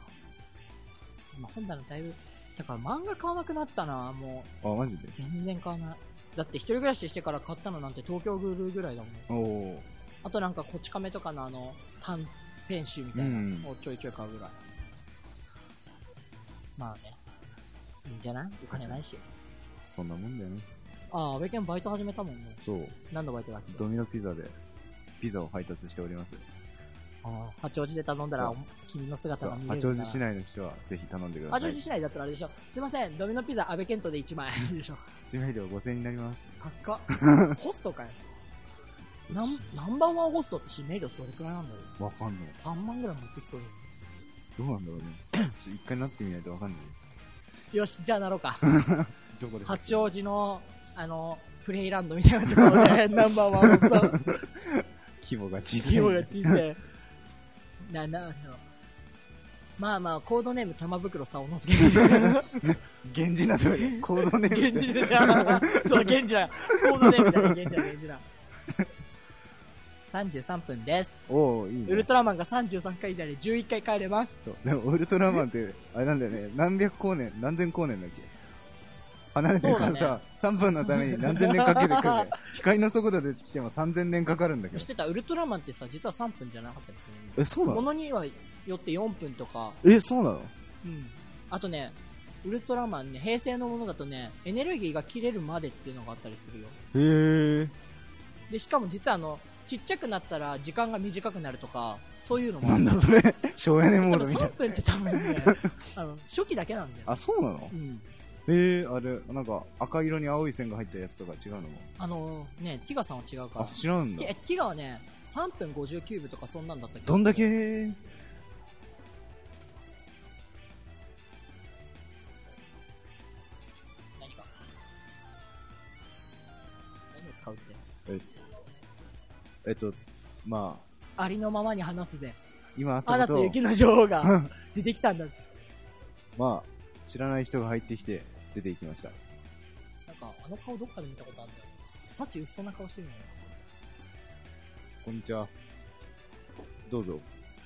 Speaker 1: 本棚だいぶ、だから漫画買わなくなったな、も
Speaker 2: う。あ、マジで？
Speaker 1: 全然買わない。だって一人暮らししてから買ったのなんて東京グルーぐらいだもん。
Speaker 2: おー。
Speaker 1: あとなんかこち亀とかの短編集みたいなのをちょいちょい買うぐらい。まあね。いいんじゃない？お金ないし。
Speaker 2: そんなもんだよね。
Speaker 1: ああ、安倍健バイト始めたもんね。
Speaker 2: そう。
Speaker 1: 何のバイトだっけ？
Speaker 2: ドミノピザで、ピザを配達しております。
Speaker 1: 八王子で頼んだら君の姿が見れる。
Speaker 2: 八王子市内の人はぜひ頼んでください。
Speaker 1: 八王子市内だったらあれでしょ。すいません、ドミノピザ安倍健人で1枚でしょ。
Speaker 2: 指名料5000円になります。
Speaker 1: 高っ。ホストかよ。ナンバーワンホストって指名料どれくらいなんだろ
Speaker 2: う。わかんない。
Speaker 1: 3万ぐらい持ってきそう
Speaker 2: どうなんだろうね。一回なってみないとわかんない。
Speaker 1: よし、じゃあなろうか。
Speaker 2: どこで？
Speaker 1: 八王子の、プレイランドみたいなところで、ナンバーワンホスト。
Speaker 2: 規模が小さい。
Speaker 1: 規模が小さい。まあまあ、コードネーム玉袋さおのすけ。
Speaker 2: 源氏なとこで、コードネーム。
Speaker 1: 源氏じゃん。そう、源氏だ。コードネームじゃない、源氏だ。33分です。
Speaker 2: おー、いいね。
Speaker 1: ウルトラマンが33回以上で11回帰れます。
Speaker 2: そう。でも、ウルトラマンって、あれなんだよね。何千光年だっけ？離れてるからさ、3分のために何千年かけてくる。光の速度で来ても3000年かかるんだけど。
Speaker 1: 知ってた？ウルトラマンってさ、実は3分じゃなかったりす
Speaker 2: る。そうなの？
Speaker 1: ものにはよって4分とか。
Speaker 2: そうなの？
Speaker 1: うん。あとね、ウルトラマンね、平成のものだとね、エネルギーが切れるまでっていうのがあったりするよ。
Speaker 2: へー。
Speaker 1: で、しかも実はちっちゃくなったら時間が短くなるとか、そういうのも。
Speaker 2: なんだそれ省エネモードみたいな。
Speaker 1: 3分って多分ね、初期だけなんだよ。
Speaker 2: あ、そうなの？うん。あれ、なんか赤色に青い線が入ったやつとか違うのも
Speaker 1: ね、ティガさんは違うから。
Speaker 2: あ、違うんだ。
Speaker 1: ティガはね、3分59分とかそんなんだったけど。
Speaker 2: どんだけ
Speaker 1: 何を使うって？
Speaker 2: まあ。
Speaker 1: ありのままに話すで。
Speaker 2: 今あったこと
Speaker 1: アナと雪の女王が出てきたんだ。
Speaker 2: まあ、知らない人が入ってきて、出ていきました。
Speaker 1: なんか、あの顔どっかで見たことあるんだよ。幸薄そうな顔してるのよ。
Speaker 2: こんにちは。 どうぞ。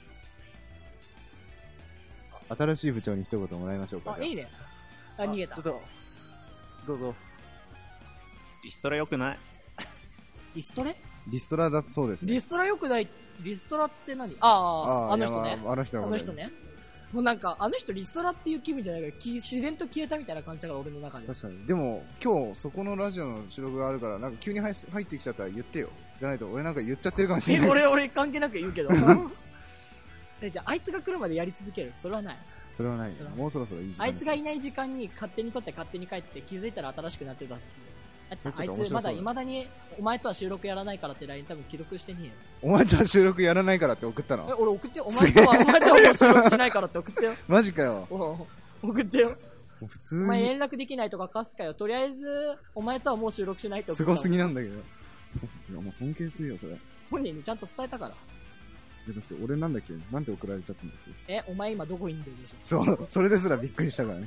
Speaker 2: 新しい部長に一言もらいましょうか。
Speaker 3: いいね。逃げた。
Speaker 2: ちょっと、どうぞ。
Speaker 4: リストラ良くない？
Speaker 3: リストレ？
Speaker 2: リストラだそうですね。
Speaker 3: リストラ良くない。リストラって何？あの人ね。
Speaker 2: あの人
Speaker 3: ね。もうなんか、あの人リストラっていう気分じゃないから、自然と消えたみたいな感じだから、俺の中で。
Speaker 2: 確かに。でも、今日、そこのラジオの収録があるから、なんか急に入ってきちゃったら言ってよ。じゃないと、俺なんか言っちゃってるかもしれない。
Speaker 3: 俺関係なく言うけど。じゃあ、あいつが来るまでやり続ける。それはない。
Speaker 2: それはない。もうそろそろいい時間。
Speaker 3: あいつがいない時間に勝手に撮って勝手に帰って気づいたら新しくなってた。あいつまだ未だにお前とは収録やらないからって LINE 多分既読してねえよ。
Speaker 2: お前とは収録やらないからって送ったの？
Speaker 3: 俺送ってよ。お前とはもう収録しないからって送ってよ。
Speaker 2: マジかよ。
Speaker 3: 送ってよ。
Speaker 2: 普通に。
Speaker 3: お前連絡できないとかかすかよ。とりあえず、お前とはもう収録しないって送った。
Speaker 2: すごすぎなんだけど。いや、もう尊敬するよ、それ。
Speaker 3: 本人にちゃんと伝えたから。
Speaker 2: だって俺なんだっけ？なんで送られちゃったんだっけ？
Speaker 3: お前今どこいんでるでし
Speaker 2: ょ。そう、それですらびっくりしたからね。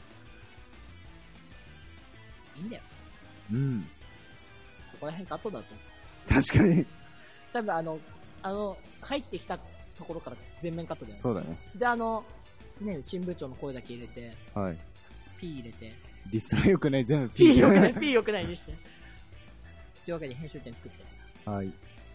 Speaker 3: いいんだよ。
Speaker 2: うん。
Speaker 3: ここら辺カットだと。
Speaker 2: 確かに。
Speaker 3: 多分入ってきたところから全面カットだよね。
Speaker 2: そうだね。
Speaker 3: で、ね、新部長の声だけ入れて、
Speaker 2: はい。
Speaker 3: P 入れて。
Speaker 2: リストラ良くない、全部
Speaker 3: P 良くない、P 良くないにして。というわけで編集点作って。
Speaker 2: はい。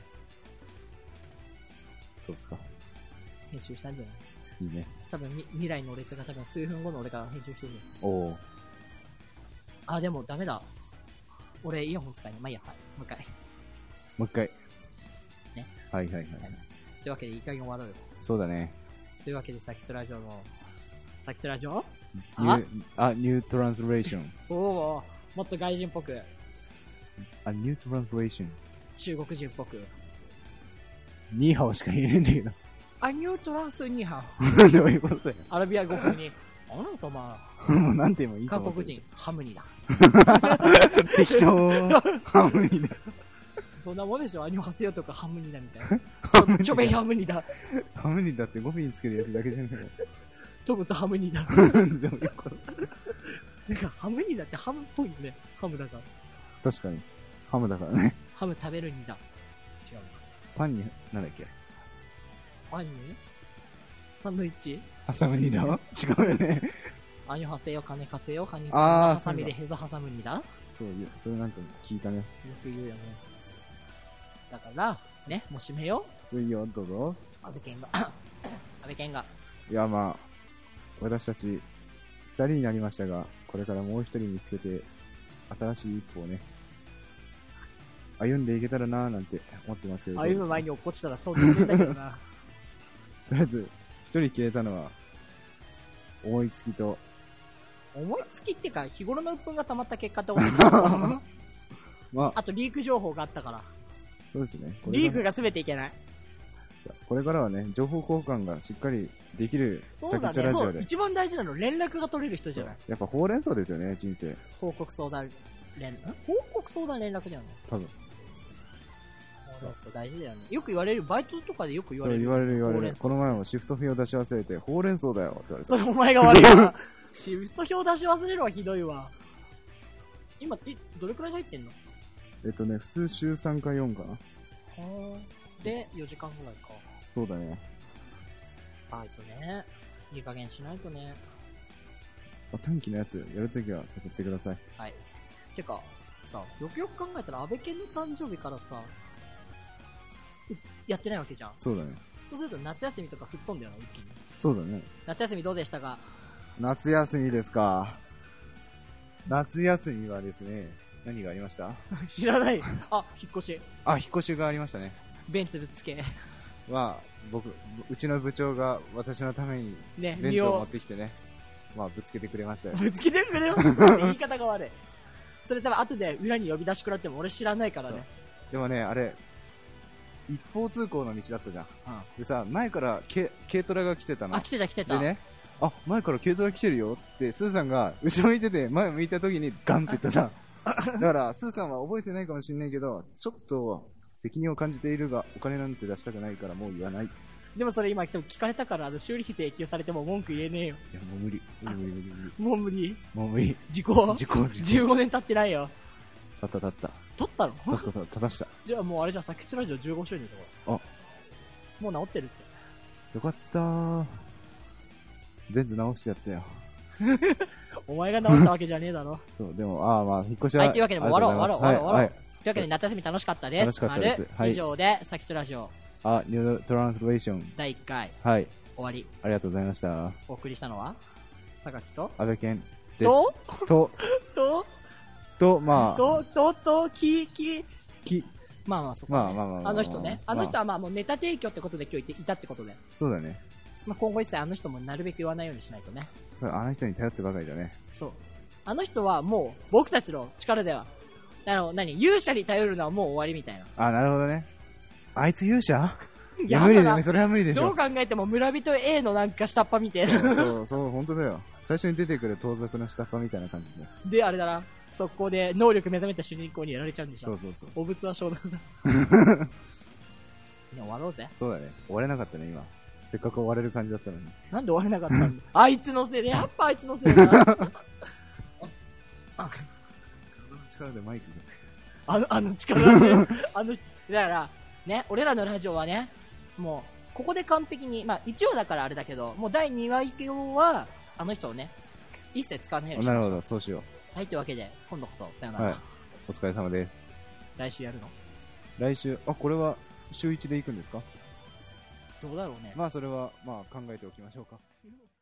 Speaker 2: どうですか？
Speaker 3: 編集したんじゃない？
Speaker 2: いいね。
Speaker 3: 多分未来の列が多分数分後の俺から編集してるよ。
Speaker 2: おー。
Speaker 3: でもダメだ。俺イヤホン使えない。まあいいや、はい。も
Speaker 2: う一回。
Speaker 3: ね。
Speaker 2: はい。と
Speaker 3: いうわけでいい加減終わろうよ。
Speaker 2: そうだね。
Speaker 3: というわけで、サキトラジオ
Speaker 2: ニュートランスレーション。
Speaker 3: もっと外人っぽく。
Speaker 2: ニュートランスレーション。
Speaker 3: 中国人っぽく。
Speaker 2: ニーハオしか言えねえんだけど。
Speaker 3: ニュートランスニーハ
Speaker 2: オ。どういうことだよ。
Speaker 3: アラビア語風に。あら様。
Speaker 2: もうなんて言えばいいか。
Speaker 3: 韓国人、ハムニだ。
Speaker 2: 適当。ハムニだ。
Speaker 3: そんなもんでしょ、アニョハセヨとかハムニだみたいな。ちょべハムニだ。
Speaker 2: ハムニだって語尾につけるやつだけじゃない。
Speaker 3: トムとハムニだ。
Speaker 2: でもよく。
Speaker 3: なんかハムニだってハムっぽいよね。ハムだから。
Speaker 2: 確かに。ハムだからね。
Speaker 3: ハム食べるにだ。違う。
Speaker 2: パンに、なんだっけ？
Speaker 3: パンにサンドイッチ
Speaker 2: 挟むにだ？違うよね。
Speaker 3: アニョハセヨ、金稼よ、カニさんのハサミでヘザ挟むにだ？
Speaker 2: そう、それなんか聞いたね。よ
Speaker 3: く言うよね。だから、ね、もう締めよ
Speaker 2: う。水曜、どうぞ。
Speaker 3: 安倍健が。
Speaker 2: いや、まあ、私たち、二人になりましたが、これからもう一人見つけて、新しい一歩をね、歩んでいけたらなーなんて思ってますけど。
Speaker 3: 歩む前に落っこちたら飛んでくれたけどな。
Speaker 2: とりあえず、一人消えたのは、思いつきと、
Speaker 3: 思いつきってか、日頃の鬱憤が溜まった結果って思う。あとリーク情報があったから。
Speaker 2: そうですね。
Speaker 3: リークが全ていけない。
Speaker 2: これからはね、情報交換がしっかりできる
Speaker 3: そうだね。そう、一番大事なの連絡が取れる人じゃない。
Speaker 2: やっぱほうれん草ですよね、人生。
Speaker 3: 報告相談連絡じゃん。
Speaker 2: 多分。
Speaker 3: ほうれん草大事だよね。よく言われる、バイトとかでよく言われる。
Speaker 2: そう言われる。この前もシフト表出し忘れて、ほうれん草だよって言われて。
Speaker 3: それお前が悪いわ。シフト表出し忘れるはひどいわ。今、どれくらい入ってんの？
Speaker 2: 普通週3か4かな。
Speaker 3: で、4時間ぐらいか。
Speaker 2: そうだね。
Speaker 3: バイトね。いい加減しないとね。
Speaker 2: 短期のやつ、やるときは誘ってください。
Speaker 3: はい。てか、さ、よくよく考えたら安倍健の誕生日からさ、やってないわけじゃん。
Speaker 2: そうだね。
Speaker 3: そうすると夏休みとか吹っ飛んだよな、一気に。
Speaker 2: そうだね。
Speaker 3: 夏休みどうでしたか？
Speaker 2: 夏休みですか。夏休みはですね、何がありました？
Speaker 3: 知らない。引っ越し。
Speaker 2: 引っ越しがありましたね。
Speaker 3: ベンツぶつけ。
Speaker 2: うちの部長が私のためにベンツを持ってきてね、ぶつけてくれましたよ。
Speaker 3: ぶつけてくれよ言い方が悪い。それ多分後で裏に呼び出し食らっても俺知らないからね。
Speaker 2: でもね、あれ、一方通行の道だったじゃん。でさ、前から軽トラが来てたの。
Speaker 3: 来てた。
Speaker 2: でね、前から軽トラ来てるよって、スーさんが後ろ見てて、前向いた時にガンって言ったさ。だから、スーさんは覚えてないかもしれないけど、ちょっと責任を感じているが、お金なんて出したくないからもう言わない。
Speaker 3: でもそれ今聞かれたから、修理費請求されても文句言えねえよ。
Speaker 2: いや、もう無理。
Speaker 3: もう無理。時効15年経ってないよ。
Speaker 2: 経った。
Speaker 3: 取ったの？
Speaker 2: 経たした。
Speaker 3: じゃあもうあれじゃん、さっきラジオ15周年だから。もう治ってるって。
Speaker 2: よかったー。ベンズ直してやったよ。
Speaker 1: お前が直したわけじゃねえだろ。
Speaker 2: そう、でも、まあ、引っ越しは。
Speaker 1: はい、というわけで、終わろう。
Speaker 2: はい。
Speaker 1: というわけで、夏休み楽しかったです。
Speaker 2: 楽しかったです。
Speaker 1: 以上で、サキットラジオ。
Speaker 2: ニュートランスレーション。
Speaker 1: 第1回。
Speaker 2: はい。
Speaker 1: 終わり。
Speaker 2: ありがとうございました。
Speaker 1: お送りしたのは、榊と、
Speaker 2: 安倍健です。まあ。
Speaker 1: まあまあ、そこ、ね。あの人ね。あの人はまあもうネタ提供ってことで今日いたってことで。
Speaker 2: そうだね。
Speaker 1: まあ今後一切あの人もなるべく言わないようにしないとね。
Speaker 2: そう、あの人に頼ってばかりだね。
Speaker 1: そう。あの人はもう僕たちの力では、勇者に頼るのはもう終わりみたいな。
Speaker 2: なるほどね。あいつ勇者？いや、無理だね。それは無理でしょ。
Speaker 1: どう考えても村人 A のなんか下っ端みたいな。
Speaker 2: そう、本当だよ。最初に出てくる盗賊の下っ端みたいな感じ
Speaker 1: で。で、あれだな。そこで能力目覚めた主人公にやられちゃうんでしょ。
Speaker 2: そう。
Speaker 1: お物は衝動だ。終わろうぜ。
Speaker 2: そうだね。終われなかったね、今。せっかく終われる感じだったのに。
Speaker 1: なんで終われなかったんだあいつのせいで、やっぱあいつのせいだな。
Speaker 2: 風の力でマイク
Speaker 1: が。あの力で、だから、ね、俺らのラジオはね、もう、ここで完璧に、まあ1話だからあれだけど、もう第2話以降は、あの人をね、一切使わないようにしましょう。
Speaker 2: なるほど、そうしよう。
Speaker 1: はい、というわけで、今度こそ、さよなら。はい。
Speaker 2: お疲れ様です。
Speaker 1: 来週やるの？
Speaker 2: 来週、これは週1で行くんですか？
Speaker 1: どうだろうね。
Speaker 2: まあ、それは、考えておきましょうか。